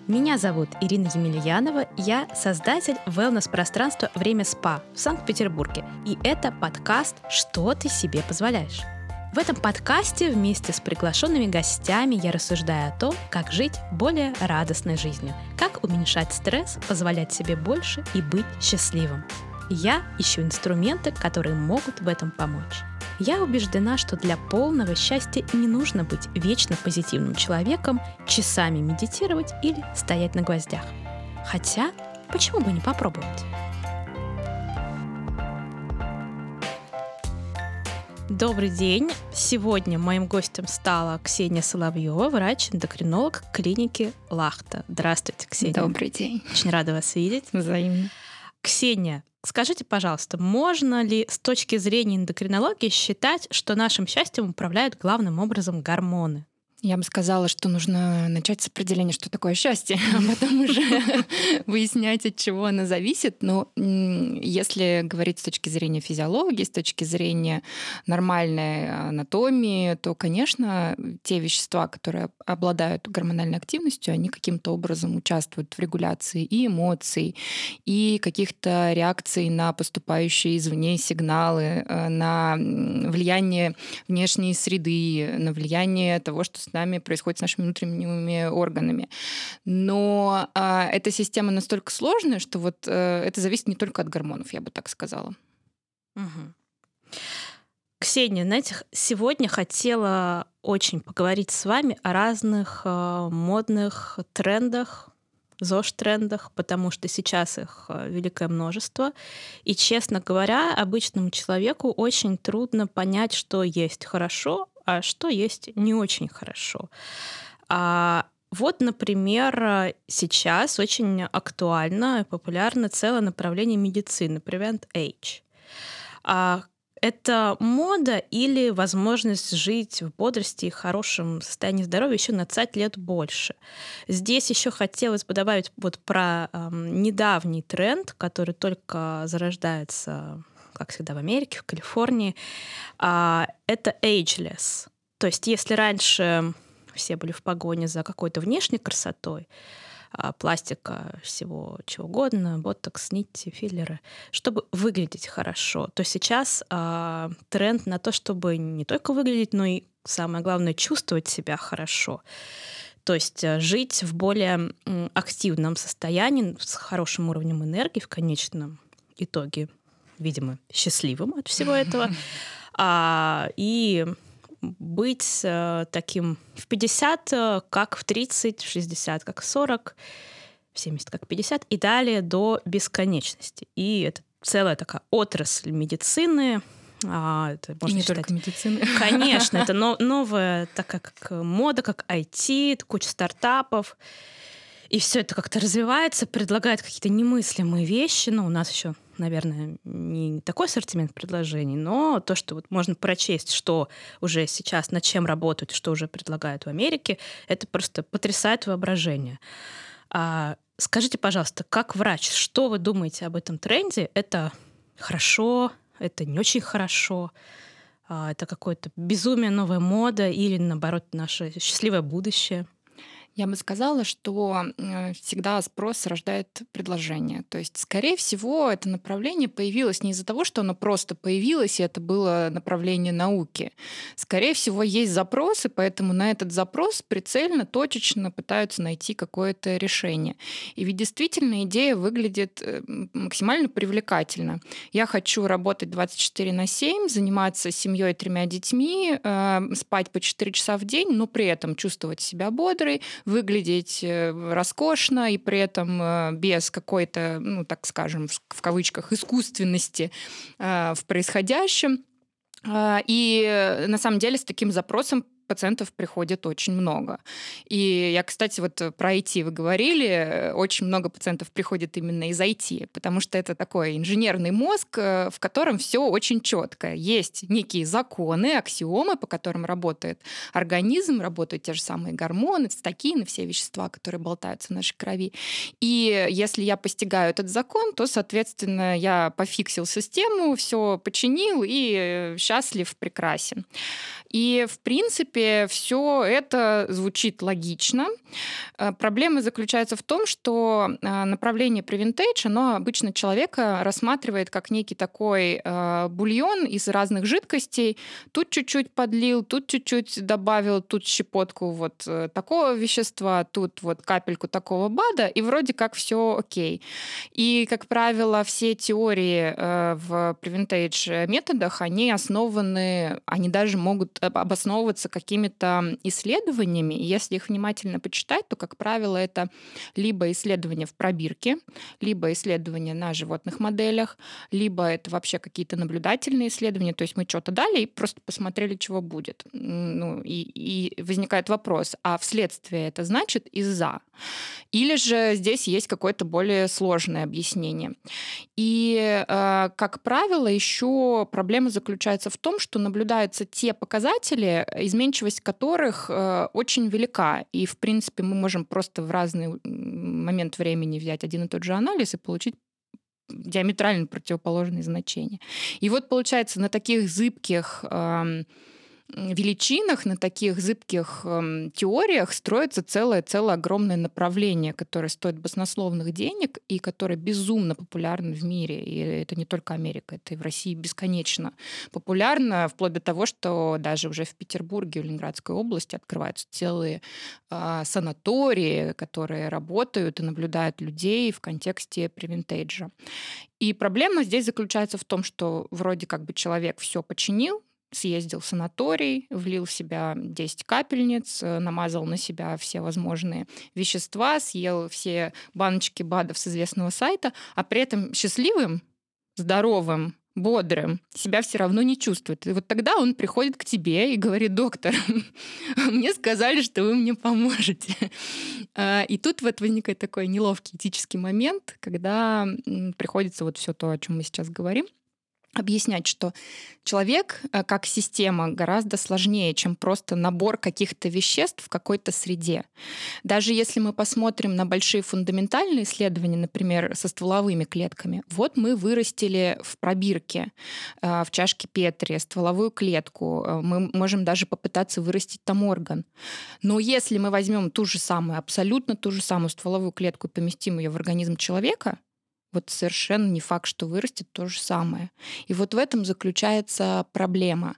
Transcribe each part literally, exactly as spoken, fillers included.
Меня зовут Ирина Емельянова, я создатель wellness-пространства «Время СПА» в Санкт-Петербурге. И это подкаст «Что ты себе позволяешь?». В этом подкасте вместе с приглашенными гостями я рассуждаю о том, как жить более радостной жизнью, как уменьшать стресс, позволять себе больше и быть счастливым. Я ищу инструменты, которые могут в этом помочь. Я убеждена, что для полного счастья не нужно быть вечно позитивным человеком, часами медитировать или стоять на гвоздях. Хотя, почему бы не попробовать? Добрый день! Сегодня моим гостем стала Ксения Соловьева, врач-эндокринолог клиники Лахта. Здравствуйте, Ксения. Добрый день. Очень рада вас видеть. Взаимно. Ксения, скажите, пожалуйста, можно ли с точки зрения эндокринологии считать, что нашим счастьем управляют главным образом гормоны? Я бы сказала, что нужно начать с определения, что такое счастье, а потом уже выяснять, от чего оно зависит. Но если говорить с точки зрения физиологии, с точки зрения нормальной анатомии, то, конечно, те вещества, которые обладают гормональной активностью, они каким-то образом участвуют в регуляции и эмоций, и каких-то реакций на поступающие извне сигналы, на влияние внешней среды, на влияние того, что с нами происходит с нашими внутренними органами. Но а, эта система настолько сложная, что вот а, это зависит не только от гормонов, я бы так сказала. Угу. Ксения, знаете, сегодня хотела очень поговорить с вами о разных а, модных трендах, ЗОЖ-трендах, потому что сейчас их великое множество. И, честно говоря, обычному человеку очень трудно понять, что есть хорошо, а что есть не очень хорошо. А вот, например, сейчас очень актуально и популярно целое направление медицины — Prevent Age. А это мода или возможность жить в бодрости и хорошем состоянии здоровья еще на двадцать лет больше. Здесь еще хотелось бы добавить вот про э, недавний тренд, который только зарождается, как всегда, в Америке, в Калифорнии. А, это ageless. То есть если раньше все были в погоне за какой-то внешней красотой, пластика, всего чего угодно, ботокс, нити, филлеры, чтобы выглядеть хорошо, то сейчас а, тренд на то, чтобы не только выглядеть, но и, самое главное, чувствовать себя хорошо. То есть жить в более активном состоянии, с хорошим уровнем энергии в конечном итоге, видимо, счастливым от всего этого. А, и быть э, таким в пятьдесят, э, как в тридцать, в шестьдесят, как в сорок, в семьдесят, как в пятьдесят, и далее до бесконечности. И это целая такая отрасль медицины. А, это можно и не считать... только медицины. Конечно, это но, новая такая как мода, как ай ти, куча стартапов. И все это как-то развивается, предлагает какие-то немыслимые вещи. Ну, у нас еще, наверное, не такой ассортимент предложений, но то, что вот можно прочесть, что уже сейчас, над чем работают, что уже предлагают в Америке, это просто потрясает воображение. А, скажите, пожалуйста, как врач, что вы думаете об этом тренде? Это хорошо, это не очень хорошо, а, это какое-то безумие, новая мода или, наоборот, наше счастливое будущее? Я бы сказала, что всегда спрос рождает предложение. То есть, скорее всего, это направление появилось не из-за того, что оно просто появилось, и это было направление науки. Скорее всего, есть запрос, и поэтому на этот запрос прицельно, точечно пытаются найти какое-то решение. И ведь действительно идея выглядит максимально привлекательно. Я хочу работать двадцать четыре на семь, заниматься семьей, тремя детьми, спать по четыре часа в день, но при этом чувствовать себя бодрой, выглядеть роскошно и при этом без какой-то, ну, так скажем, в кавычках, искусственности в происходящем. И на самом деле с таким запросом пациентов приходит очень много. И я, кстати, вот про ай ти вы говорили, очень много пациентов приходит именно из ай ти, потому что это такой инженерный мозг, в котором все очень четко. Есть некие законы, аксиомы, по которым работает организм, работают те же самые гормоны, цитокины, все вещества, которые болтаются в нашей крови. И если я постигаю этот закон, то, соответственно, я пофиксил систему, все починил и счастлив, прекрасен. И, в принципе, принципе, все это звучит логично. Э, Проблема заключается в том, что э, направление Preventage, оно обычно человека рассматривает как некий такой э, бульон из разных жидкостей. Тут чуть-чуть подлил, тут чуть-чуть добавил, тут щепотку вот э, такого вещества, тут вот капельку такого БАДа, и вроде как все окей. И, как правило, все теории э, в Preventage методах, они основаны, они даже могут об- обосновываться какими-то исследованиями. И если их внимательно почитать, то, как правило, это либо исследования в пробирке, либо исследования на животных моделях, либо это вообще какие-то наблюдательные исследования. То есть мы что-то дали и просто посмотрели, чего будет. М, Ну, и, и возникает вопрос, а вследствие это значит из-за? Или же здесь есть какое-то более сложное объяснение? И, э, как правило, еще проблема заключается в том, что наблюдаются те показатели, изменчивость которых э, очень велика. И, в принципе, мы можем просто в разный м, момент времени взять один и тот же анализ и получить диаметрально противоположные значения. И вот, получается, на таких зыбких ам, м, величинах, на таких зыбких эм, теориях строится целое-целое огромное направление, которое стоит баснословных денег и которое безумно популярно в мире. И это не только Америка, это и в России бесконечно популярно, вплоть до того, что даже уже в Петербурге, в Ленинградской области открываются целые а, санатории, которые работают и наблюдают людей в контексте превентейджа. И проблема здесь заключается в том, что вроде как бы человек все починил, съездил в санаторий, влил в себя десять капельниц, э, намазал на себя все возможные вещества, съел все баночки БАДов с известного сайта, а при этом счастливым, здоровым, бодрым себя все равно не чувствует. И вот тогда он приходит к тебе и говорит: доктор, мне сказали, что вы мне поможете. А, И тут вот возникает такой неловкий этический момент, когда м, приходится вот все то, о чем мы сейчас говорим, объяснять, что человек э, как система гораздо сложнее, чем просто набор каких-то веществ в какой-то среде. Даже если мы посмотрим на большие фундаментальные исследования, например, со стволовыми клетками, вот мы вырастили в пробирке, э, в чашке Петри стволовую клетку, э, мы можем даже попытаться вырастить там орган. Но если мы возьмем ту же самую, абсолютно ту же самую стволовую клетку и поместим ее в организм человека, вот совершенно не факт, что вырастет то же самое. И вот в этом заключается проблема.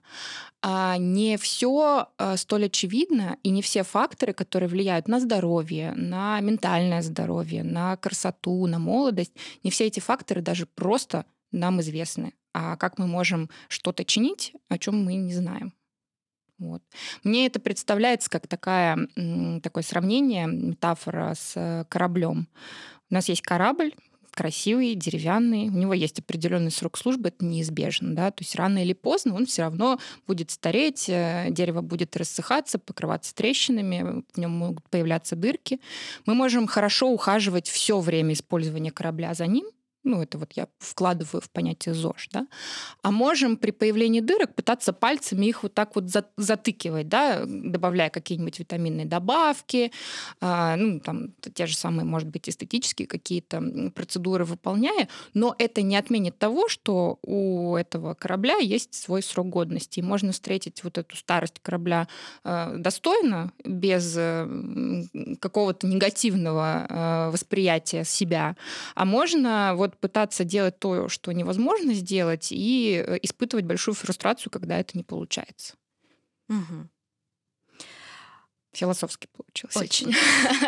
А не все столь очевидно, и не все факторы, которые влияют на здоровье, на ментальное здоровье, на красоту, на молодость, не все эти факторы даже просто нам известны. А как мы можем что-то чинить, о чем мы не знаем. Вот. Мне это представляется как такая, м, такое сравнение, метафора с э, кораблем. У нас есть корабль, красивый, деревянный, у него есть определенный срок службы, это неизбежно, да, то есть рано или поздно он все равно будет стареть, э, дерево будет рассыхаться, покрываться трещинами, в нем могут появляться дырки. Мы можем хорошо ухаживать все время использования корабля за ним, ну, это вот я вкладываю в понятие ЗОЖ, да, а можем при появлении дырок пытаться пальцами их вот так вот за- затыкивать, да, добавляя какие-нибудь витаминные добавки, а, ну, там, те же самые, может быть, эстетические какие-то м, процедуры выполняя, но это не отменит того, что у этого корабля есть свой срок годности, и можно встретить вот эту старость корабля э, достойно, без э, м, какого-то негативного э, восприятия себя, а можно вот пытаться делать то, что невозможно сделать, и э, испытывать большую фрустрацию, когда это не получается. Мгм. Философски получилось Очень. очень.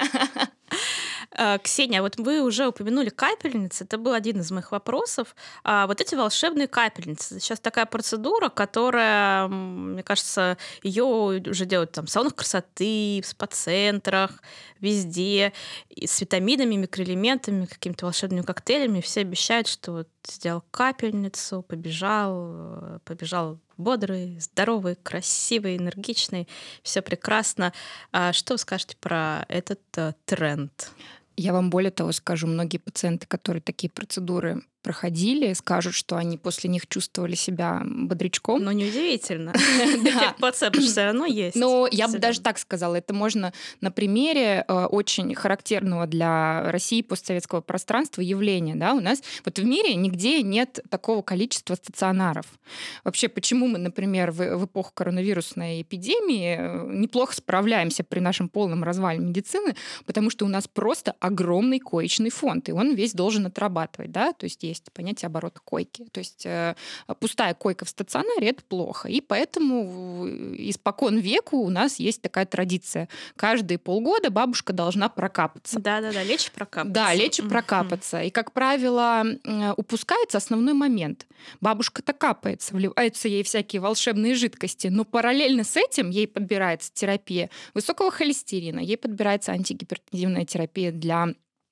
А, Ксения, вот вы уже упомянули капельницы, это был один из моих вопросов. А вот эти волшебные капельницы, сейчас такая процедура, которая, м, мне кажется, ее уже делают там в салонах красоты, в спа-центрах, везде, и с витаминами, микроэлементами, какими-то волшебными коктейлями. Все обещают, что вот сделал капельницу, побежал, э, побежал бодрый, здоровый, красивый, энергичный, все прекрасно. А что вы скажете про этот э, тренд? Я вам более того скажу, многие пациенты, которые такие процедуры проходили, скажут, что они после них чувствовали себя бодрячком. Но неудивительно. Эффект плацебо же всё равно есть. Но я бы даже так сказала, это можно на примере э, очень характерного для России постсоветского пространства явления. Да? У нас вот в мире нигде нет такого количества стационаров. Вообще, почему мы, например, в, в эпоху коронавирусной эпидемии э, неплохо справляемся при нашем полном развале медицины? Потому что у нас просто огромный коечный фонд, и он весь должен отрабатывать. Да? То есть есть понятие оборота койки. То есть э, пустая койка в стационаре — это плохо. И поэтому испокон веку у нас есть такая традиция. Каждые полгода бабушка должна прокапаться. Да-да-да, лечь и прокапаться. Да, лечь и прокапаться. И, как правило, упускается основной момент. Бабушка-то капается, вливаются ей всякие волшебные жидкости, но параллельно с этим ей подбирается терапия высокого холестерина, ей подбирается антигипертензивная терапия для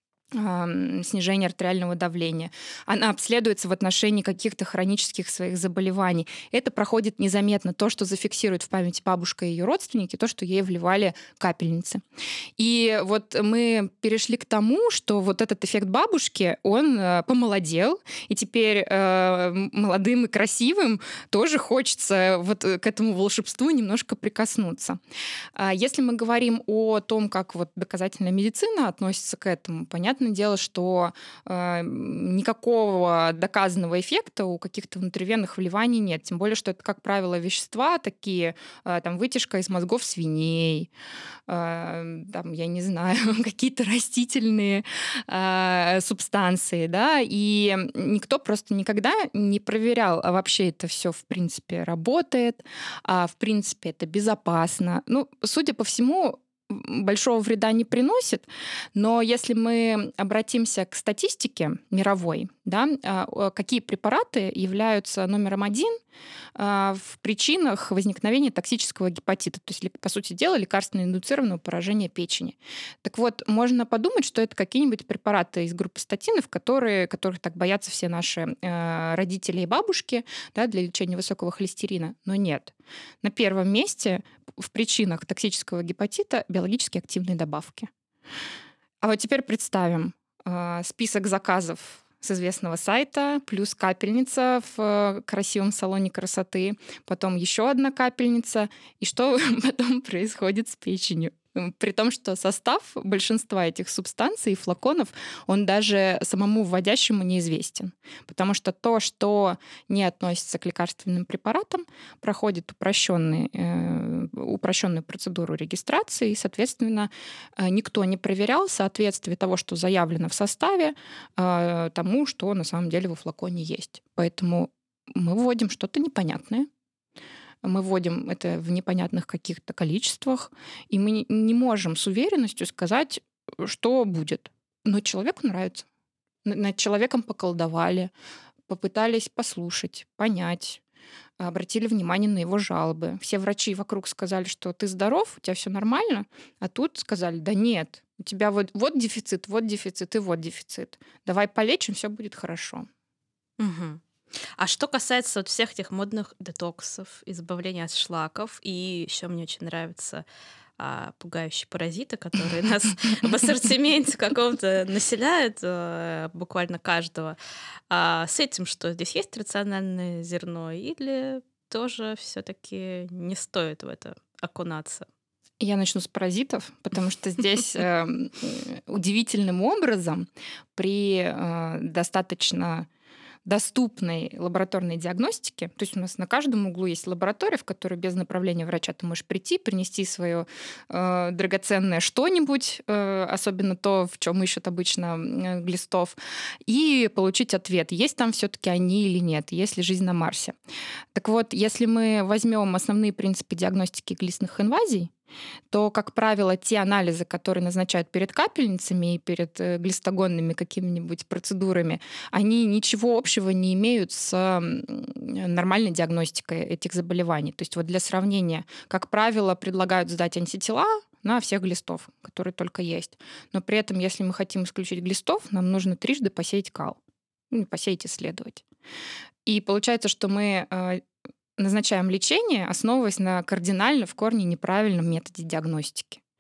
снижение артериального давления. Она обследуется в отношении каких-то хронических своих заболеваний. Это проходит незаметно. То, что зафиксирует в памяти бабушка и ее родственники, то, что ей вливали капельницы. И вот мы перешли к тому, что вот этот эффект бабушки, он помолодел, и теперь э, молодым и красивым тоже хочется вот к этому волшебству немножко прикоснуться. Если мы говорим о том, как вот доказательная медицина относится к этому, понятно, дело, что э, никакого доказанного эффекта у каких-то внутривенных вливаний нет. Тем более, что это, как правило, вещества такие, э, там, вытяжка из мозгов свиней, э, там, я не знаю, какие-то растительные э, субстанции, да, и никто просто никогда не проверял, а вообще это все в принципе работает, а в принципе это безопасно. Ну, судя по всему, большого вреда не приносит, но если мы обратимся к статистике мировой, да, какие препараты являются номером один в причинах возникновения токсического гепатита, то есть, по сути дела, лекарственно-индуцированного поражения печени. Так вот, можно подумать, что это какие-нибудь препараты из группы статинов, которые, которых так боятся все наши родители и бабушки, да, для лечения высокого холестерина, но нет. На первом месте в причинах токсического гепатита биологически активные добавки. А вот теперь представим э, список заказов с известного сайта, плюс капельница в красивом салоне красоты, потом еще одна капельница, и что потом происходит с печенью. При том, что состав большинства этих субстанций и флаконов, он даже самому вводящему неизвестен. Потому что то, что не относится к лекарственным препаратам, проходит упрощенный, э, упрощенную процедуру регистрации, и, соответственно, никто не проверял соответствие того, что заявлено в составе, э, тому, что на самом деле во флаконе есть. Поэтому мы вводим что-то непонятное. Мы вводим это в непонятных каких-то количествах, и мы не можем с уверенностью сказать, что будет. Но человеку нравится. Над человеком поколдовали, попытались послушать, понять, обратили внимание на его жалобы. Все врачи вокруг сказали, что ты здоров, у тебя все нормально, а тут сказали, да нет, у тебя вот, вот дефицит, вот дефицит и вот дефицит. Давай полечим, все будет хорошо. Угу. А что касается вот всех этих модных детоксов, избавления от шлаков, и еще мне очень нравятся а, пугающие паразиты, которые нас в ассортименте каком-то населяют а, буквально каждого. А с этим что, здесь есть рациональное зерно или тоже все-таки не стоит в это окунаться? Я начну с паразитов, потому что здесь э, удивительным образом при э, достаточно доступной лабораторной диагностики. То есть у нас на каждом углу есть лаборатория, в которой без направления врача ты можешь прийти, принести свое э, драгоценное что-нибудь, э, особенно то, в чем ищут обычно э, глистов, и получить ответ, есть там все-таки они или нет, есть ли жизнь на Марсе. Так вот, если мы возьмем основные принципы диагностики глистных инвазий, то, как правило, те анализы, которые назначают перед капельницами и перед глистогонными какими-нибудь процедурами, они ничего общего не имеют с нормальной диагностикой этих заболеваний. То есть вот для сравнения, как правило, предлагают сдать антитела на всех глистов, которые только есть. Но при этом, если мы хотим исключить глистов, нам нужно трижды посеять кал. Ну, посеять, исследовать. И получается, что мы назначаем лечение, основываясь на кардинально в корне неправильном методе диагностики.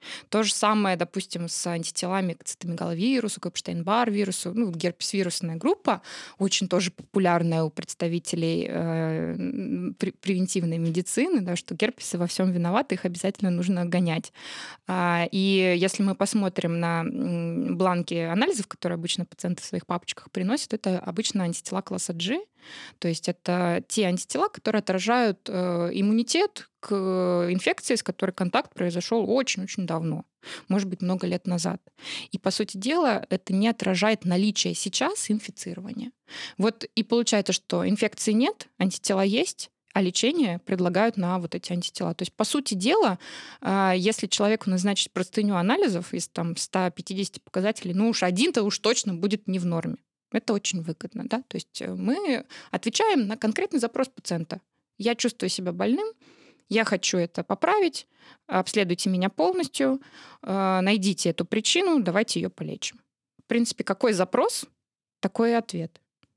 То же самое, допустим, с антителами к цитомегаловирусу, к Эпштейн-Бар-вирусу. Ну, герпес-вирусная группа, очень тоже популярная у представителей э, пре- превентивной медицины, да, что герпесы во всем виноваты, их обязательно нужно гонять. А, и если мы посмотрим на м, бланки анализов, которые обычно пациенты в своих папочках приносят, это обычно антитела класса G, то есть это те антитела, которые отражают э, иммунитет к инфекции, с которой контакт произошел очень-очень давно, может быть, много лет назад. И, по сути дела, это не отражает наличие сейчас инфицирования. Вот и получается, что инфекции нет, антитела есть, а лечение предлагают на вот эти антитела. То есть, по сути дела, а, если человеку назначить простыню анализов из там ста пятидесяти показателей, ну уж один-то уж точно будет не в норме. Это очень выгодно, да. То есть э, мы отвечаем на конкретный запрос пациента. Я чувствую себя больным, я хочу это поправить, обследуйте меня полностью, э, найдите эту причину, давайте ее полечим. В принципе, какой запрос, такой и ответ.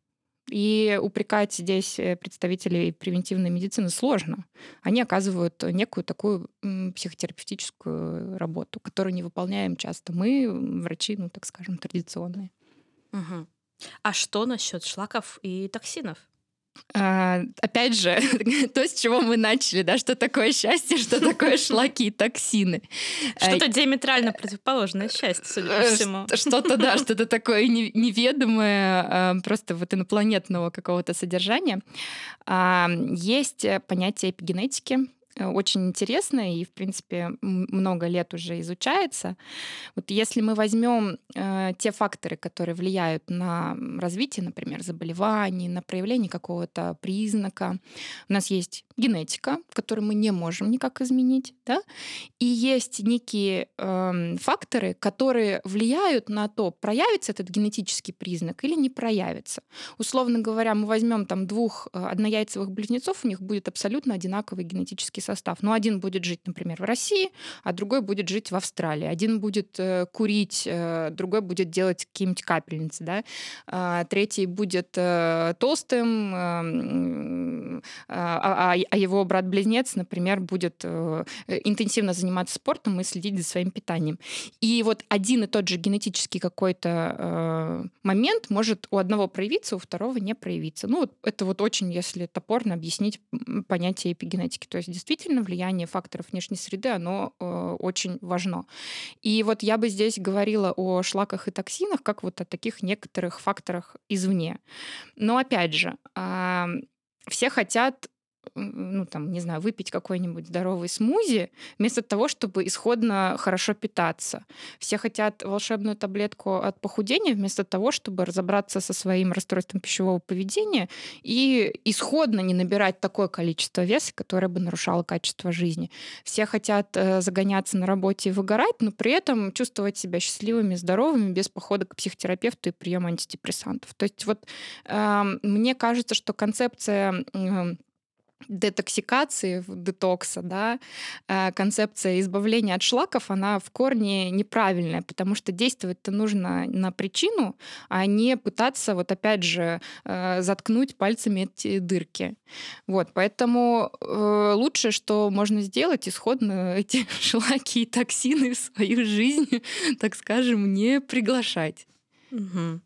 И упрекать здесь э, представителей превентивной медицины сложно. Они оказывают некую такую м, психотерапевтическую работу, которую не выполняем часто мы, м, врачи, ну так скажем, традиционные. Мгм. А что насчет шлаков и токсинов? А, опять же, то, с чего мы начали, да, что такое счастье, что такое шлаки и токсины. Что-то диаметрально противоположное счастью, судя по Э, всему. ш- Что-то, да, что-то такое не- неведомое, а, просто вот инопланетного какого-то содержания. А, Есть э, понятие эпигенетики, э, очень интересное и, в принципе, м- много лет уже изучается. Вот если мы возьмем э, те факторы, которые влияют на м, развитие, например, заболеваний, на проявление какого-то признака, у нас есть генетика, которую мы не можем никак изменить, да, и есть некие эм, факторы, которые влияют на то, проявится этот генетический признак или не проявится. Условно говоря, мы возьмем там двух э, однояйцевых близнецов, у них будет абсолютно одинаковый генетический состав. Но один будет жить, например, в России, а другой будет жить в Австралии. Один будет э, курить, э, другой будет делать какие-нибудь капельницы, да? А, третий будет э, толстым, э, м, а, а- а его брат-близнец, например, будет э, интенсивно заниматься спортом и следить за своим питанием. И вот один и тот же генетический какой-то э, момент может у одного проявиться, у второго не проявиться. Ну, вот это вот очень, если топорно объяснить м, понятие эпигенетики. То есть действительно влияние факторов внешней среды, оно э, очень важно. И вот я бы здесь говорила о шлаках и токсинах, как вот о таких некоторых факторах извне. Но опять же, а, все хотят, м, ну там, не знаю, выпить какой-нибудь здоровый смузи вместо того, чтобы исходно хорошо питаться. Все хотят волшебную таблетку от похудения вместо того, чтобы разобраться со своим расстройством пищевого поведения и исходно не набирать такое количество веса, которое бы нарушало качество жизни. Все хотят э, загоняться на работе и выгорать, но при этом чувствовать себя счастливыми, здоровыми, без похода к психотерапевту и приема антидепрессантов. То есть вот Ам, мне кажется, что концепция м, детоксикации, в- детокса, да, э, концепция избавления от шлаков, она в корне неправильная, потому что действовать-то нужно на причину, а не пытаться, вот опять же, э, заткнуть пальцами эти дырки. Вот, поэтому э, лучшее, что можно сделать, исходно эти шлаки и токсины в свою жизнь, так скажем, не приглашать. Мгм.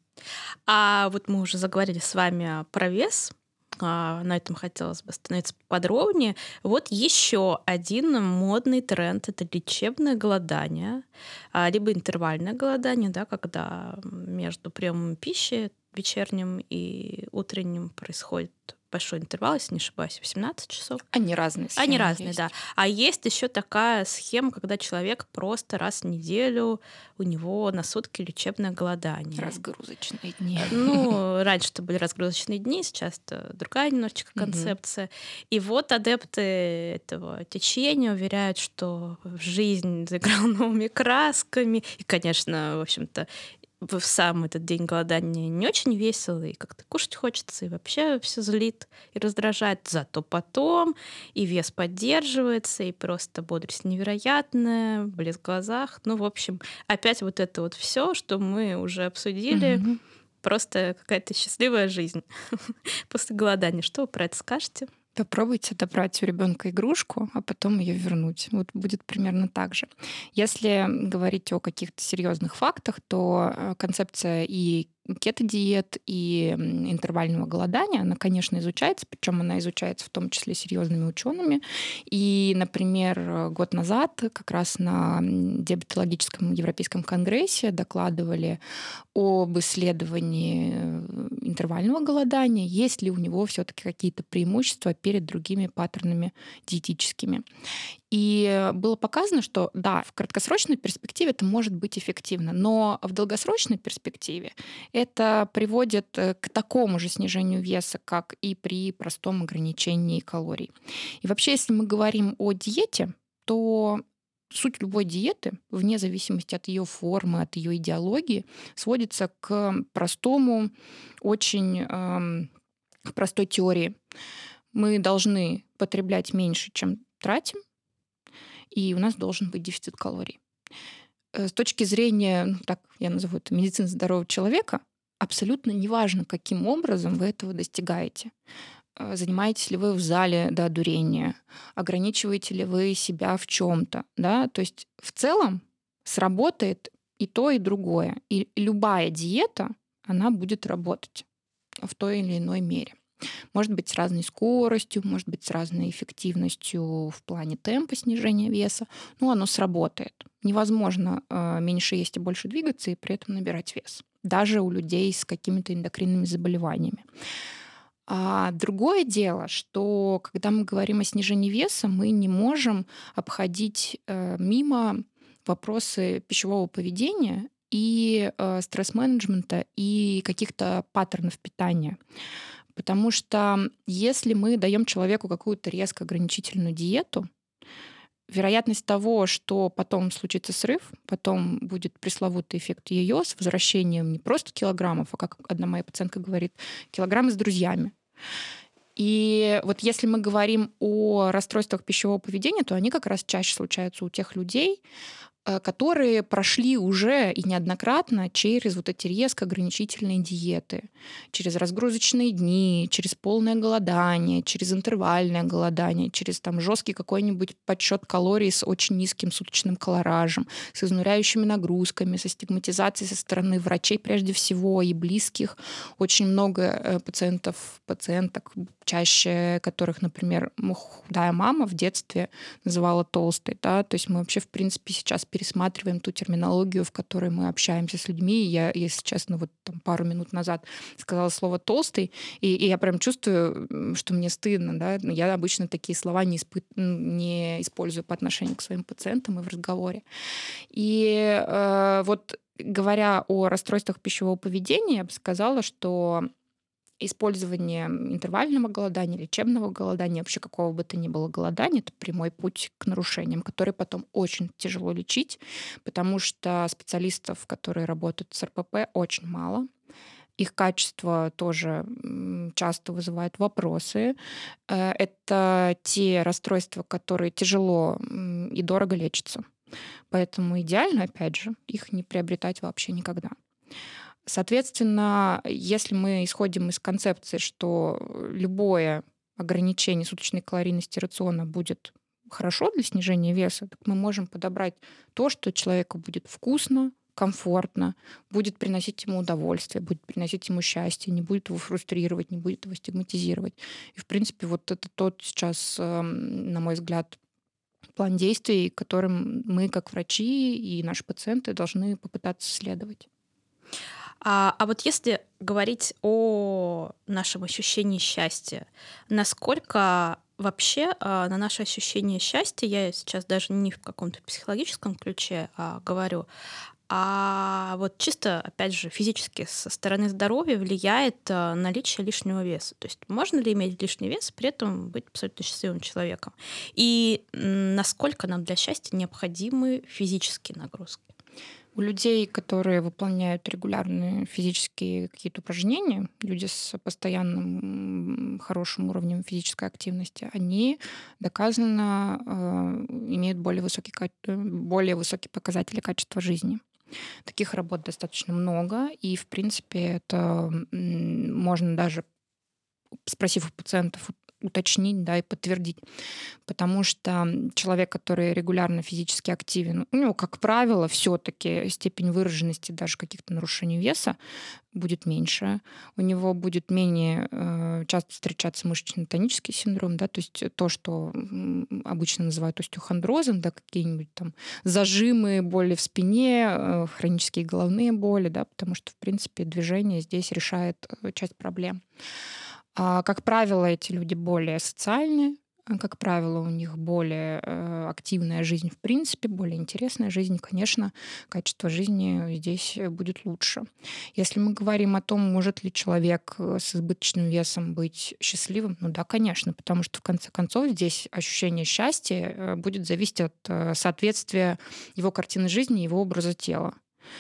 А вот мы уже заговорили с вами про вес. А, на этом хотелось бы остановиться подробнее. Вот еще один модный тренд — это лечебное голодание, а, либо интервальное голодание, да, когда между приемом пищи вечерним и утренним происходит большой интервал, если не ошибаюсь, восемнадцать часов. Они разные Они схемы разные, есть. да. А есть еще такая схема, когда человек просто раз в неделю, у него на сутки лечебное голодание. Разгрузочные дни. Э, Ну, раньше это были разгрузочные дни, сейчас это другая немножечко Мгм. концепция. И вот адепты этого течения уверяют, что жизнь заиграла новыми красками. И, конечно, в общем-то, в сам этот день голодания не очень весело, и как-то кушать хочется, и вообще все злит и раздражает. Зато потом и вес поддерживается, и просто бодрость невероятная, блеск в глазах. Ну, в общем, опять вот это вот все, что мы уже обсудили, Мгм. просто какая-то счастливая жизнь после голодания. Что вы про это скажете? Попробуйте отобрать у ребенка игрушку, а потом ее вернуть. Вот будет примерно так же. Если говорить о каких-то серьезных фактах, то э, концепция и кето-диет, и м, интервального голодания, она, конечно, изучается, причем она изучается в том числе серьезными учеными. И, например, э, год назад как раз на м, диабетологическом европейском конгрессе докладывали об исследовании э, интервального голодания, есть ли у него все-таки какие-то преимущества перед другими паттернами диетическими. И было показано, что да, в краткосрочной перспективе это может быть эффективно, но в долгосрочной перспективе это приводит э, к такому же снижению веса, как и при простом ограничении калорий. И вообще, если мы говорим о диете, то суть любой диеты, вне зависимости от ее формы, от ее идеологии, сводится к простому, очень эм, простой теории. Мы должны потреблять меньше, чем тратим, и у нас должен быть дефицит калорий. Э, С точки зрения, ну, так я назову это, медицины здорового человека, абсолютно неважно, каким образом вы этого достигаете. Э, Занимаетесь ли вы в зале до одурения, ограничиваете ли вы себя в чем-то, да, то есть в целом сработает и то, и другое. И любая диета, она будет работать в той или иной мере. Может быть, с разной скоростью, может быть, с разной эффективностью в плане темпа снижения веса, но оно сработает. Невозможно э, меньше есть и больше двигаться и при этом набирать вес. Даже у людей с какими-то эндокринными заболеваниями. А другое дело, что когда мы говорим о снижении веса, мы не можем обходить э, мимо вопросы пищевого поведения и э, стресс-менеджмента и каких-то паттернов питания. Потому что если мы даем человеку какую-то резко ограничительную диету, вероятность того, что потом случится срыв, потом будет пресловутый эффект йо-йо с возвращением не просто килограммов, а, как одна моя пациентка говорит, килограммы с друзьями. И вот если мы говорим о расстройствах пищевого поведения, то они как раз чаще случаются у тех людей, э, которые прошли уже и неоднократно через вот эти резко ограничительные диеты, через разгрузочные дни, через полное голодание, через интервальное голодание, через там жесткий какой-нибудь подсчет калорий с очень низким суточным колоражем, с изнуряющими нагрузками, со стигматизацией со стороны врачей прежде всего и близких. Очень много э, пациентов, пациенток, чаще которых, например, м, худая мама в детстве называла толстой, да, то есть мы вообще, в принципе, сейчас пересматриваем ту терминологию, в которой мы общаемся с людьми. Я, если честно, вот там пару минут назад сказала слово толстый, и, и я прям чувствую, м, что мне стыдно, да, но я обычно такие слова не, испы- м, не использую по отношению к своим пациентам и в разговоре. И э, вот говоря о расстройствах пищевого поведения, я бы сказала, что использование интервального голодания, лечебного голодания, вообще какого бы то ни было голодания, это прямой путь к нарушениям, которые потом очень тяжело лечить, потому что специалистов, которые работают с эр пэ пэ, очень мало. Их качество тоже м, часто вызывает вопросы. Э, Это те расстройства, которые тяжело м, и дорого лечатся. Поэтому идеально, опять же, их не приобретать вообще никогда. Соответственно, если мы исходим из концепции, что любое ограничение суточной калорийности рациона будет хорошо для снижения веса, так мы можем подобрать то, что человеку будет вкусно, комфортно, будет приносить ему удовольствие, будет приносить ему счастье, не будет его фрустрировать, не будет его стигматизировать. И, в принципе, вот это тот сейчас, эм, на мой взгляд, план действий, которым мы, как врачи и наши пациенты, должны попытаться следовать. А, а вот если говорить о нашем ощущении счастья, насколько вообще а, на наше ощущение счастья, я сейчас даже не в каком-то психологическом ключе а, говорю, а вот чисто, опять же, физически со стороны здоровья влияет а, наличие лишнего веса. То есть можно ли иметь лишний вес, при этом быть абсолютно счастливым человеком? И м, насколько нам для счастья необходимы физические нагрузки? У людей, которые выполняют регулярные физические какие-то упражнения, люди с постоянным м, хорошим уровнем физической активности, они доказанно э, имеют более высокий, ка- э, более высокие показатели качества жизни. Таких работ достаточно много, и, в принципе, это м, можно даже, спросив у пациентов, уточнить, да, и подтвердить. Потому что человек, который регулярно физически активен, у него, как правило, все-таки степень выраженности даже каких-то нарушений веса будет меньше. У него будет менее э, часто встречаться мышечно-тонический синдром, да, то есть то, что м, обычно называют остеохондрозом, да, какие-нибудь там зажимы, боли в спине, э, хронические головные боли, да, потому что, в принципе, движение здесь решает э, часть проблем. А, как правило, эти люди более социальные, а, как правило, у них более э, активная жизнь в принципе, более интересная жизнь. Конечно, качество жизни здесь будет лучше. Если мы говорим о том, может ли человек э, с избыточным весом быть счастливым, ну да, конечно, потому что в конце концов здесь ощущение счастья э, будет зависеть от э, соответствия его картины жизни, его образа тела.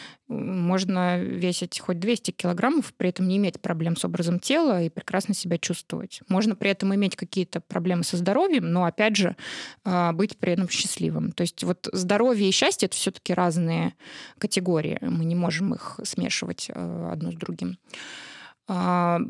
Можно весить хоть двести килограммов, при этом не иметь проблем с образом тела и прекрасно себя чувствовать. Можно при этом иметь какие-то проблемы со здоровьем, но, опять же, а, быть при этом счастливым. То есть вот здоровье и счастье — это все-таки разные категории. Мы не можем их смешивать э, одно с другим. А,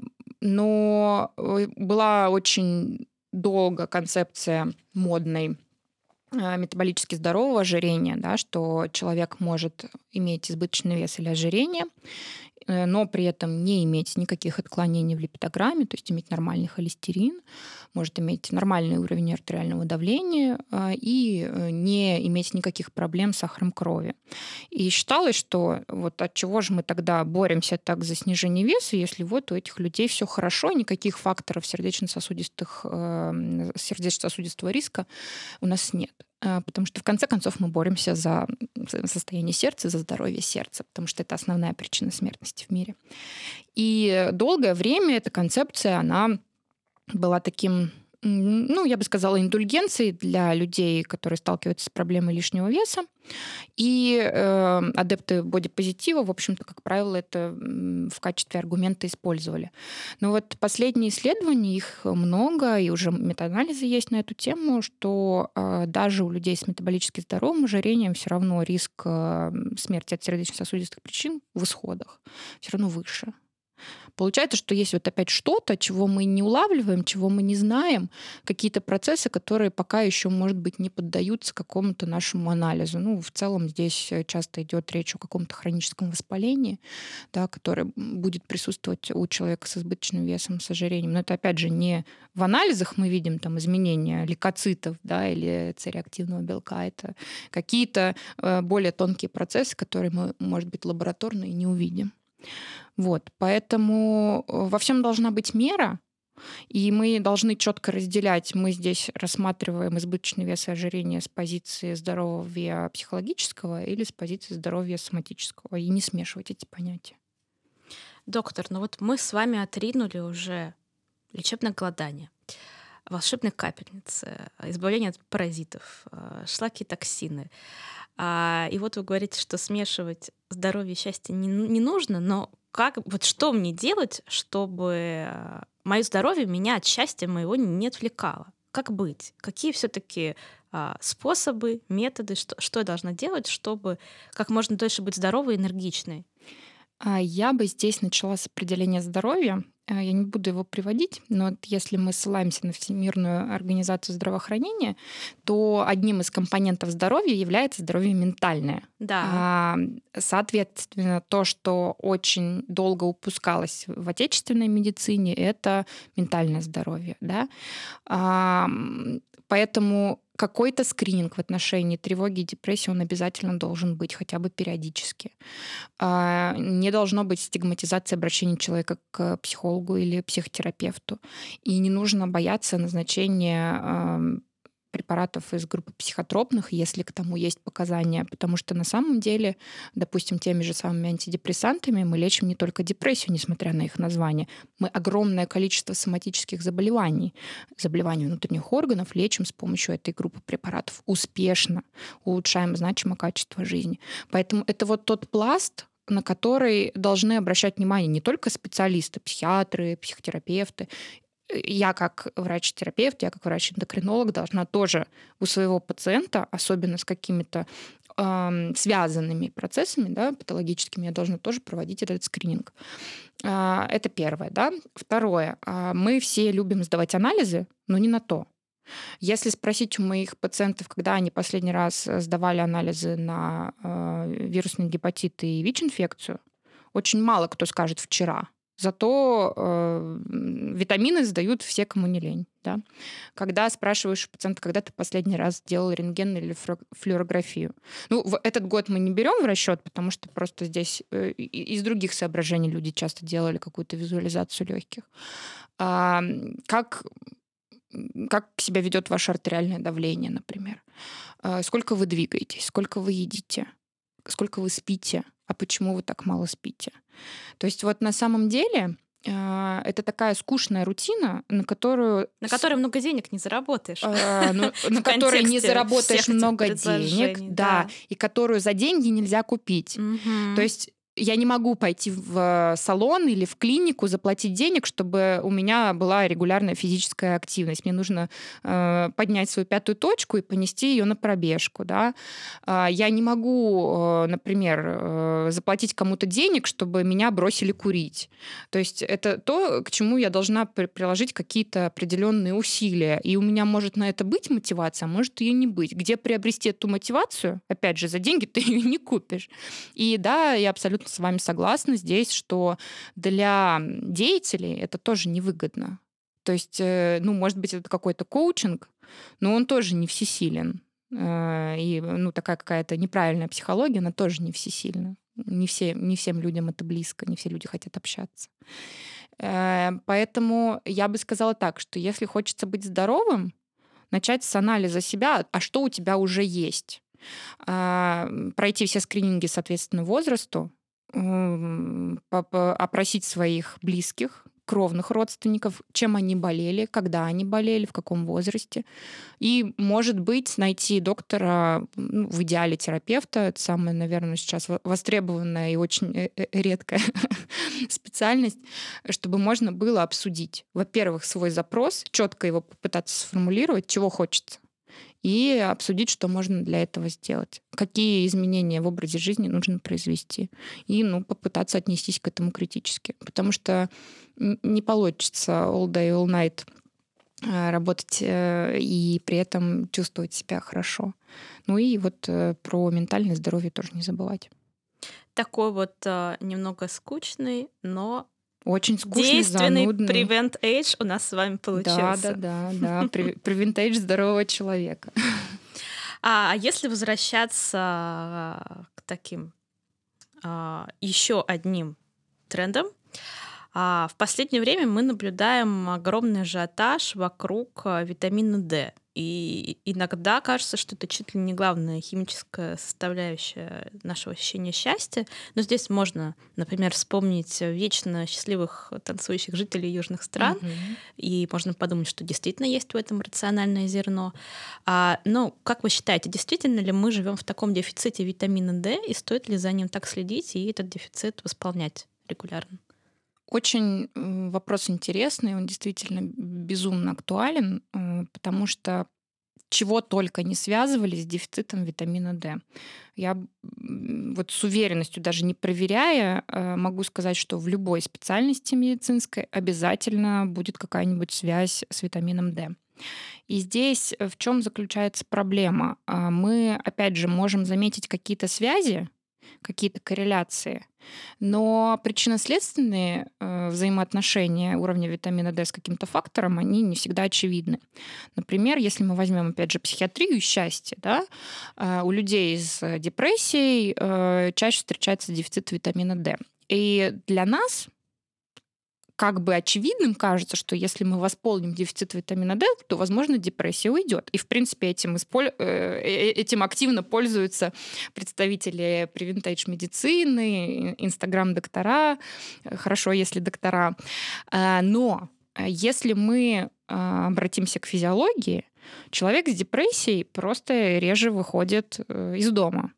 Но э, была очень долго концепция модной э, метаболически здорового ожирения, да, что человек может иметь избыточный вес или ожирение, э, но при этом не иметь никаких отклонений в липидограмме, то есть иметь нормальный холестерин, может иметь нормальный уровень артериального давления а, и э, не иметь никаких проблем с сахаром крови. И считалось, что вот от чего же мы тогда боремся так за снижение веса, если вот у этих людей все хорошо, никаких факторов сердечно-сосудистых, э, сердечно-сосудистого риска у нас нет. А, Потому что в конце концов мы боремся за состояние сердца, за здоровье сердца, потому что это основная причина смертности в мире. И долгое время эта концепция, она была таким, м, ну, я бы сказала, индульгенцией для людей, которые сталкиваются с проблемой лишнего веса. И э, адепты бодипозитива, в общем-то, как правило, это м, в качестве аргумента использовали. Но вот последние исследования, их много, и уже метаанализы есть на эту тему, что э, даже у людей с метаболически здоровым ожирением все равно риск э, смерти от сердечно-сосудистых причин в исходах все равно выше. Получается, что есть вот опять что-то, чего мы не улавливаем, чего мы не знаем, какие-то процессы, которые пока еще, может быть, не поддаются какому-то нашему анализу. Ну, в целом здесь э, часто идет речь о каком-то хроническом воспалении, да, которое м, будет присутствовать у человека с избыточным весом, с ожирением. Но это, опять же, не в анализах мы видим там изменения лейкоцитов, да, или цереактивного белка. Это какие-то э, более тонкие процессы, которые мы, может быть, лабораторно и не увидим. Вот, поэтому э, во всем должна быть мера, и мы должны четко разделять. Мы здесь рассматриваем избыточный вес и ожирение с позиции здоровья психологического или с позиции здоровья соматического, и не смешивать эти понятия. Доктор, ну вот мы с вами отринули уже лечебное голодание, волшебные капельницы, избавление от паразитов, э, шлаки и токсины. А, И вот вы говорите, что смешивать здоровье и счастье не, ну- не нужно, но как, вот что мне делать, чтобы мое здоровье меня от счастья моего не отвлекало? Как быть? Какие все-таки способы, методы, что, что я должна делать, чтобы как можно дольше быть здоровой и энергичной? А Я бы здесь начала с определения здоровья. Э, Я не буду его приводить, но вот если мы ссылаемся на Всемирную организацию здравоохранения, то одним из компонентов здоровья является здоровье ментальное. Да, А, Соответственно, то, что очень долго упускалось в отечественной медицине, это ментальное здоровье. Да? А, м, Поэтому какой-то скрининг в отношении тревоги и депрессии он обязательно должен быть хотя бы периодически. А, Не должно быть стигматизации обращения человека к психологу или психотерапевту. И не нужно бояться назначения ам, препаратов из группы психотропных, если к тому есть показания, потому что на самом деле, допустим, теми же самыми антидепрессантами мы лечим не только депрессию, несмотря на их название. Мы огромное количество соматических заболеваний, заболеваний внутренних органов лечим с помощью этой группы препаратов успешно, улучшаем значимо качество жизни. Поэтому это вот тот пласт, на который должны обращать внимание не только специалисты, психиатры, психотерапевты. Я как врач-терапевт, я как врач-эндокринолог должна тоже у своего пациента, особенно с какими-то ам, связанными процессами, да, патологическими, я должна тоже проводить этот скрининг. А, Это первое. Да? Второе. а, Мы все любим сдавать анализы, но не на то. Если спросить у моих пациентов, когда они последний раз сдавали анализы на э, вирусный гепатит и ВИЧ-инфекцию, очень мало кто скажет «вчера». Зато э, витамины сдают все, кому не лень. Да? Когда спрашиваешь у пациента, когда ты последний раз делал рентген или флюорографию. Ну, в этот год мы не берем в расчет, потому что просто здесь э, из других соображений люди часто делали какую-то визуализацию легких. А, как, как себя ведет ваше артериальное давление, например? А, сколько вы двигаетесь, сколько вы едите, сколько вы спите, а почему вы так мало спите? То есть вот на самом деле э, это такая скучная рутина, на которую... На которой много денег не заработаешь. Э, ну, на которой не заработаешь много денег, да, да, и которую за деньги нельзя купить. Угу. То есть я не могу пойти в салон или в клинику, заплатить денег, чтобы у меня была регулярная физическая активность. Мне нужно э, поднять свою пятую точку и понести ее на пробежку. Да? Э, я не могу, э, например, э, заплатить кому-то денег, чтобы меня бросили курить. То есть это то, к чему я должна при- приложить какие-то определенные усилия. И у меня может на это быть мотивация, а может ее не быть. Где приобрести эту мотивацию? Опять же, за деньги ты ее не купишь. И да, я абсолютно с вами согласна здесь, что для деятелей это тоже невыгодно. То есть, ну, может быть, это какой-то коучинг, но он тоже не всесилен. И, ну, такая какая-то неправильная психология, она тоже не всесильна. Не, все, не всем людям это близко, не все люди хотят общаться. Поэтому я бы сказала так, что если хочется быть здоровым, начать с анализа себя, а что у тебя уже есть. Пройти все скрининги соответственно возрасту, опросить своих близких, кровных родственников, чем они болели, когда они болели, в каком возрасте. И, может быть, найти доктора, ну, в идеале терапевта. Это самая, наверное, сейчас востребованная и очень редкая специальность, чтобы можно было обсудить, во-первых, свой запрос, четко его попытаться сформулировать, чего хочется, и обсудить, что можно для этого сделать, какие изменения в образе жизни нужно произвести, и, ну, попытаться отнестись к этому критически. Потому что не получится all day, all night работать и при этом чувствовать себя хорошо. Ну и вот про ментальное здоровье тоже не забывать. Такой вот немного скучный, но очень скучный, действенный занудный. Prevent Age у нас с вами получился. Да, да, да, да. Prevent Age здорового человека. А если возвращаться к таким а, еще одним трендам, а, в последнее время мы наблюдаем огромный ажиотаж вокруг витамина D. И иногда кажется, что это чуть ли не главная химическая составляющая нашего ощущения счастья. Но здесь можно, например, вспомнить вечно счастливых танцующих жителей южных стран, mm-hmm. и можно подумать, что действительно есть в этом рациональное зерно. А, но как вы считаете, действительно ли мы живем в таком дефиците витамина D, и стоит ли за ним так следить и этот дефицит восполнять регулярно? Очень вопрос интересный, он действительно безумно актуален, потому что чего только не связывали с дефицитом витамина D. Я вот с уверенностью, даже не проверяя, могу сказать, что в любой специальности медицинской обязательно будет какая-нибудь связь с витамином D. И здесь в чем заключается проблема? Мы, опять же, можем заметить какие-то связи, какие-то корреляции, но причинно-следственные э, взаимоотношения уровня витамина D с каким-то фактором, они не всегда очевидны. Например, если мы возьмем, опять же, психиатрию и счастье, да, э, у людей с депрессией э, чаще встречается дефицит витамина D. И для нас как бы очевидным кажется, что если мы восполним дефицит витамина D, то, возможно, депрессия уйдет. И, в принципе, этим, исполь... этим активно пользуются представители Prevent медицины, Инстаграм-доктора. Хорошо, если доктора. Но если мы обратимся к физиологии, человек с депрессией просто реже выходит из дома.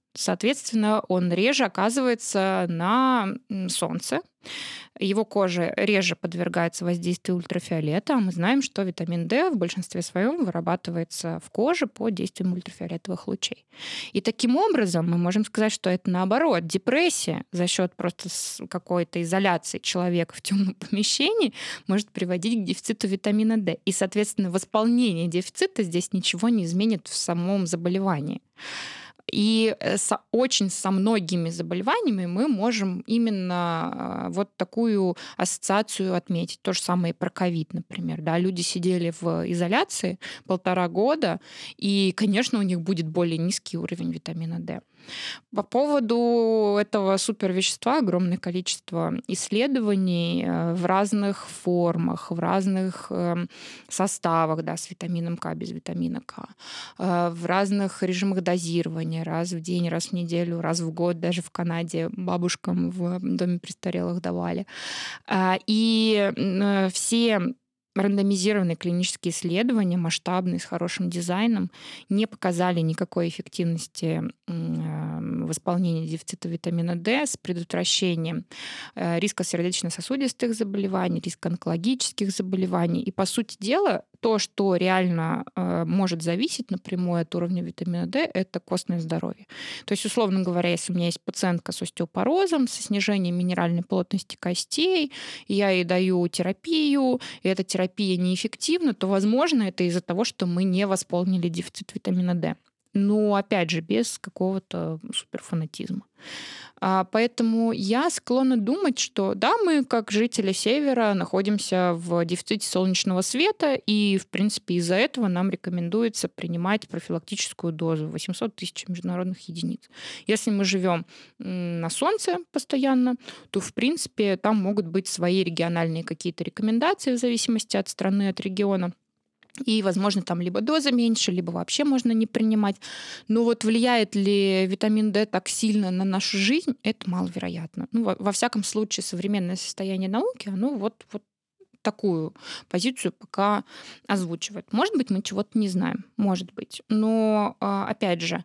Соответственно, он реже оказывается на солнце, его кожа реже подвергается воздействию ультрафиолета, а мы знаем, что витамин D в большинстве своем вырабатывается в коже под действием ультрафиолетовых лучей. И таким образом мы можем сказать, что это наоборот, депрессия за счет просто какой-то изоляции человека в темном помещении может приводить к дефициту витамина D. И, соответственно, восполнение дефицита здесь ничего не изменит в самом заболевании. И со, очень со многими заболеваниями мы можем именно вот такую ассоциацию отметить. То же самое и про ковид, например. Да, люди сидели в изоляции полтора года, и, конечно, у них будет более низкий уровень витамина D. По поводу этого супервещества огромное количество исследований в разных формах, в разных составах, да, с витамином К, без витамина К, в разных режимах дозирования, раз в день, раз в неделю, раз в год, даже в Канаде бабушкам в доме престарелых давали. И все рандомизированные клинические исследования, масштабные, с хорошим дизайном, не показали никакой эффективности восполнения дефицита витамина D с предотвращением риска сердечно-сосудистых заболеваний, риска онкологических заболеваний. И, по сути дела, то, что реально может зависеть напрямую от уровня витамина D, это костное здоровье. То есть, условно говоря, если у меня есть пациентка с остеопорозом, со снижением минеральной плотности костей, и я ей даю терапию, и эта терапия неэффективна, то, возможно, это из-за того, что мы не восполнили дефицит витамина D. Но, опять же, без какого-то суперфанатизма. Поэтому я склонна думать, что да, мы, как жители Севера, находимся в дефиците солнечного света, и, в принципе, из-за этого нам рекомендуется принимать профилактическую дозу восемьсот тысяч международных единиц. Если мы живем на солнце постоянно, то, в принципе, там могут быть свои региональные какие-то рекомендации в зависимости от страны, от региона. И, возможно, там либо доза меньше, либо вообще можно не принимать. Но вот влияет ли витамин D так сильно на нашу жизнь, это маловероятно. Ну, во, во всяком случае, современное состояние науки, оно вот, вот такую позицию пока озвучивает. Может быть, мы чего-то не знаем, может быть. Но, опять же,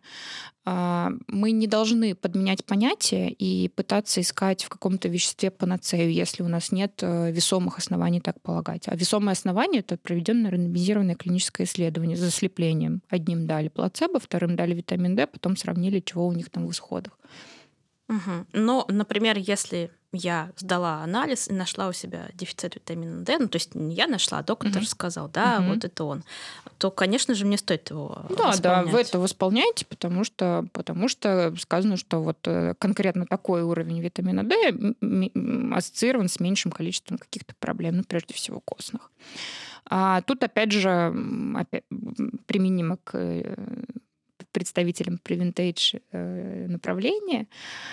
мы не должны подменять понятия и пытаться искать в каком-то веществе панацею, если у нас нет весомых оснований так полагать. А весомое основание — это проведенное рандомизированное клиническое исследование с заслеплением. Одним дали плацебо, вторым дали витамин D, потом сравнили, чего у них там в исходах. Угу. Но, например, если я сдала анализ и нашла у себя дефицит витамина D, ну, то есть не я нашла, а доктор угу. сказал, да, угу. вот это он, то, конечно же, мне стоит его Да, восполнять. да, вы это восполняете, потому что, потому что сказано, что вот конкретно такой уровень витамина D ассоциирован с меньшим количеством каких-то проблем, ну, прежде всего, костных. А тут, опять же, опять, применимо к представителям превентейдж направления,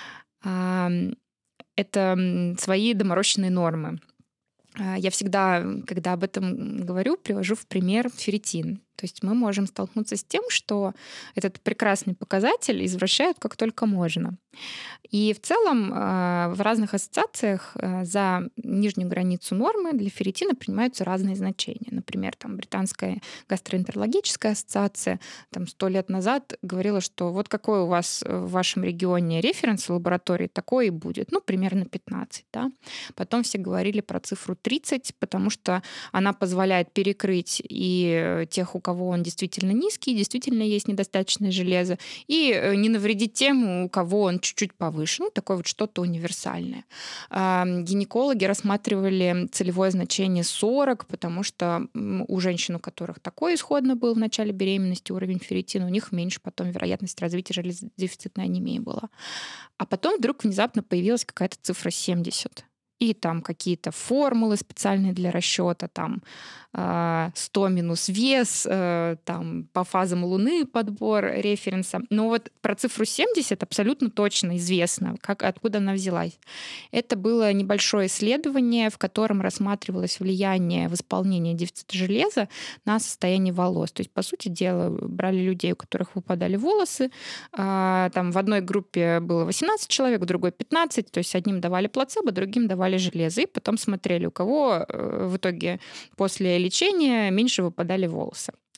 это свои доморощенные нормы. Я всегда, когда об этом говорю, привожу в пример ферритин. То есть мы можем столкнуться с тем, что этот прекрасный показатель извращают как только можно. И в целом в разных ассоциациях за нижнюю границу нормы для ферритина принимаются разные значения. Например, там, британская гастроэнтерологическая ассоциация там, сто лет назад говорила, что вот какой у вас в вашем регионе референс в лаборатории, такой и будет. Ну, примерно пятнадцать. Да? Потом все говорили про цифру тридцать, потому что она позволяет перекрыть и тех, у кого он действительно низкий, действительно есть недостаточное железо, и не навредить тем, у кого он чуть-чуть повыше. Ну, такое вот что-то универсальное. Гинекологи рассматривали целевое значение сорок, потому что у женщин, у которых такой исходно был в начале беременности уровень ферритина, у них меньше потом вероятность развития железодефицитной анемии была. А потом вдруг внезапно появилась какая-то цифра семьдесят. И там какие-то формулы специальные для расчета, там сто минус вес, там по фазам Луны подбор референса. Но вот про цифру семьдесят абсолютно точно известно, как, откуда она взялась. Это было небольшое исследование, в котором рассматривалось влияние восполнения дефицита железа на состояние волос. То есть, по сути дела, брали людей, у которых выпадали волосы. Там в одной группе было восемнадцать человек, в другой пятнадцать. То есть одним давали плацебо, другим давали железо. И потом смотрели, у кого в итоге после лечения меньше выпадали волосы.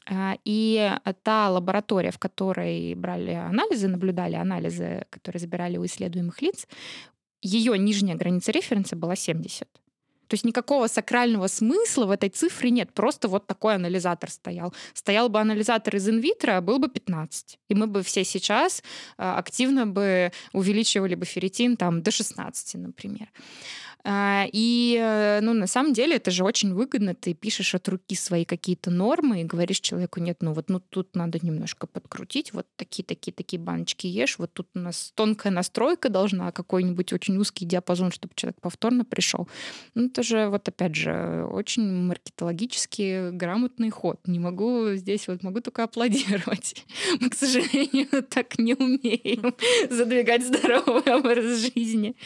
И та лаборатория, в которой брали анализы, наблюдали анализы, которые забирали у исследуемых лиц, ее нижняя граница референса была семьдесят. То есть никакого сакрального смысла в этой цифре нет. Просто вот такой анализатор стоял. Стоял бы анализатор из инвитро, был бы пятнадцать. И мы бы все сейчас активно бы увеличивали бы ферритин там, до шестнадцати, например. И, ну, на самом деле, это же очень выгодно. Ты пишешь от руки свои какие-то нормы и говоришь человеку: нет, ну вот ну, тут надо немножко подкрутить, вот такие-такие-такие баночки ешь, вот тут у нас тонкая настройка должна, какой-нибудь очень узкий диапазон, чтобы человек повторно пришел. Ну, это же, вот опять же, очень маркетологически грамотный ход. Не могу здесь, вот могу только аплодировать. Мы, к сожалению, так не умеем задвигать здоровый образ жизни.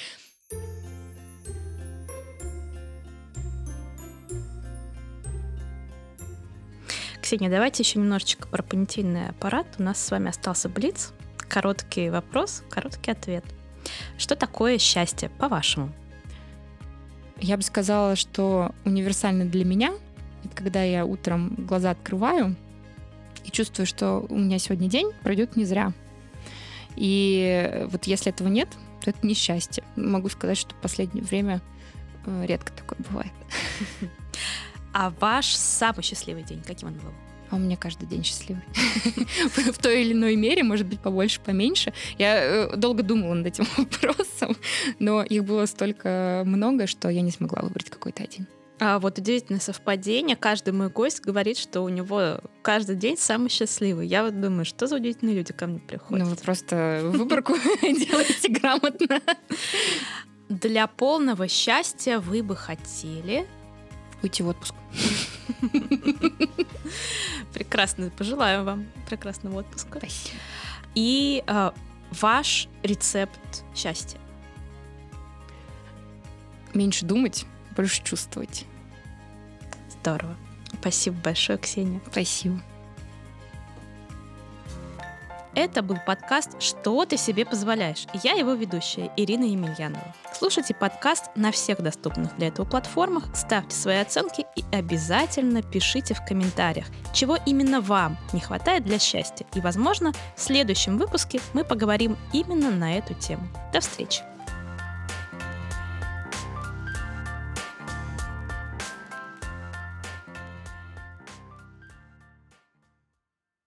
Ксения, давайте еще немножечко про понятийный аппарат. У нас с вами остался блиц. Короткий вопрос, короткий ответ. Что такое счастье, по-вашему? Я бы сказала, что универсально для меня — это когда я утром глаза открываю и чувствую, что у меня сегодня день пройдет не зря. И вот если этого нет, то это не счастье. Могу сказать, что в последнее время редко такое бывает. А ваш самый счастливый день, каким он был? А у меня каждый день счастливый. В той или иной мере, может быть, побольше, поменьше. Я долго думала над этим вопросом, но их было столько много, что я не смогла выбрать какой-то один. А вот удивительное совпадение. Каждый мой гость говорит, что у него каждый день самый счастливый. Я вот думаю, что за удивительные люди ко мне приходят. Ну, вы просто выборку делаете грамотно. Для полного счастья вы бы хотели... уйти в отпуск. Прекрасно. Пожелаю вам прекрасного отпуска. Спасибо. И э, ваш рецепт счастья? Меньше думать, больше чувствовать. Здорово. Спасибо большое, Ксения. Спасибо. Это был подкаст «Что ты себе позволяешь?» И я его ведущая, Ирина Емельянова. Слушайте подкаст на всех доступных для этого платформах, ставьте свои оценки и обязательно пишите в комментариях, чего именно вам не хватает для счастья. И, возможно, в следующем выпуске мы поговорим именно на эту тему. До встречи!